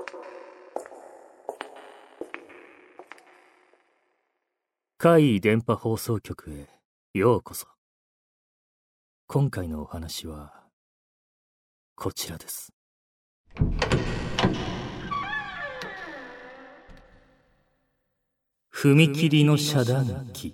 怪異電波放送局へようこそ。今回のお話はこちらです。踏切の遮断機。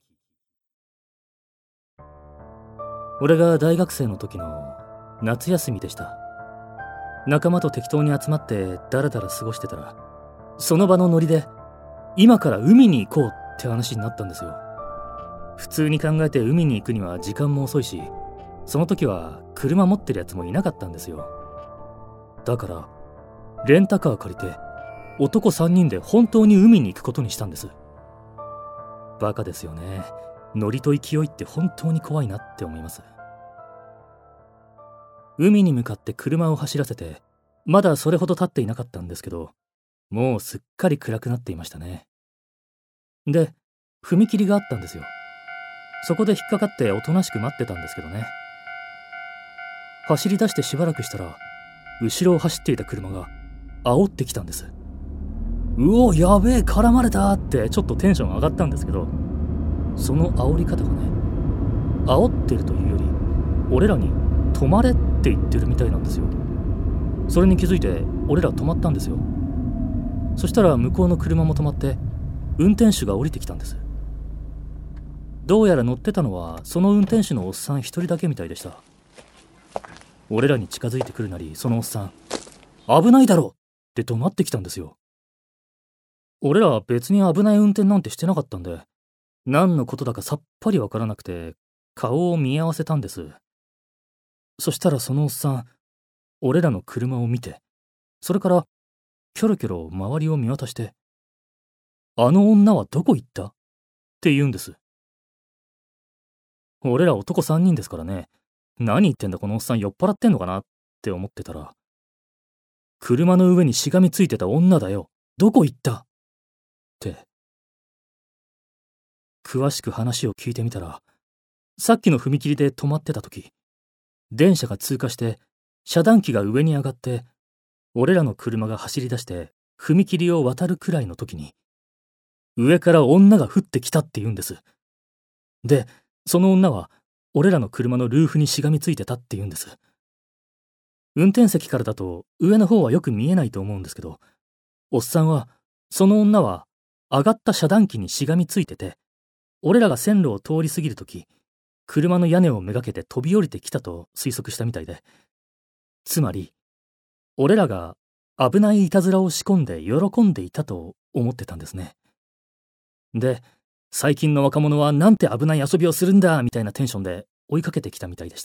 俺が大学生の時の夏休みでした。仲間と適当に集まってダラダラ過ごしてたら、その場のノリで今から海に行こうって話になったんですよ。普通に考えて海に行くには時間も遅いし、その時は車持ってるやつもいなかったんですよ。だからレンタカー借りて男3人で本当に海に行くことにしたんです。バカですよね。ノリと勢いって本当に怖いなって思います。海に向かって車を走らせて、まだそれほど経っていなかったんですけど、もうすっかり暗くなっていましたね。で、踏切があったんですよ。そこで引っかかっておとなしく待ってたんですけどね。走り出してしばらくしたら、後ろを走っていた車が煽ってきたんです。うお、やべえ、絡まれたってちょっとテンション上がったんですけど、その煽り方がね、煽ってるというより俺らに止まれって言ってるみたいなんですよ。それに気づいて俺ら止まったんですよ。そしたら向こうの車も止まって運転手が降りてきたんです。どうやら乗ってたのはその運転手のおっさん一人だけみたいでした。俺らに近づいてくるなり、そのおっさん危ないだろって怒鳴ってきたんですよ。俺らは別に危ない運転なんてしてなかったんで、何のことだかさっぱりわからなくて顔を見合わせたんです。そしたらそのおっさん、俺らの車を見て、それからキョロキョロ周りを見渡して、あの女はどこ行ったって言うんです。俺ら男3人ですからね、何言ってんだこのおっさん、酔っ払ってんのかなって思ってたら、車の上にしがみついてた女だよ、どこ行ったって。詳しく話を聞いてみたら、さっきの踏切で止まってた時、電車が通過して遮断機が上に上がって、俺らの車が走り出して踏切を渡るくらいの時に、上から女が降ってきたって言うんです。で、その女は俺らの車のルーフにしがみついてたって言うんです。運転席からだと上の方はよく見えないと思うんですけど、おっさんはその女は上がった遮断機にしがみついてて、俺らが線路を通り過ぎるとき、車の屋根をめがけて飛び降りてきたと推測したみたいで、つまり、俺らが危ないいたずらを仕込んで喜んでいたと思ってたんですね。で、最近の若者はなんて危ない遊びをするんだみたいなテンションで追いかけてきたみたいでした。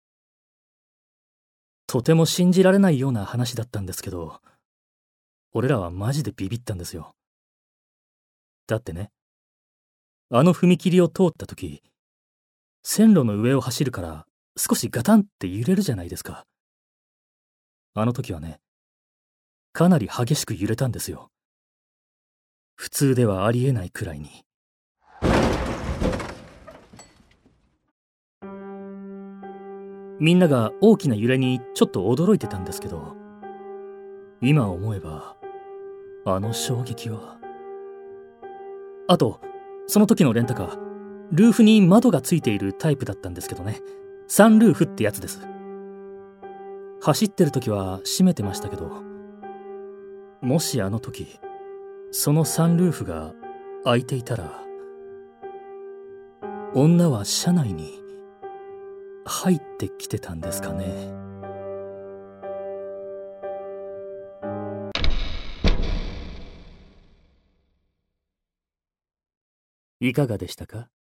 とても信じられないような話だったんですけど、俺らはマジでビビったんですよ。だってね、あの踏切を通った時、線路の上を走るから少しガタンって揺れるじゃないですか。あの時はね、かなり激しく揺れたんですよ。普通ではありえないくらいに。みんなが大きな揺れにちょっと驚いてたんですけど、今思えばあの衝撃は。あと、その時のレンタカー、ルーフに窓がついているタイプだったんですけどね、サンルーフってやつです。走ってる時は閉めてましたけど、もしあの時そのサンルーフが開いていたら、女は車内に入ってきてたんですかね。いかがでしたか？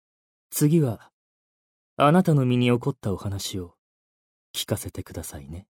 次はあなたの身に起こったお話を聞かせてくださいね。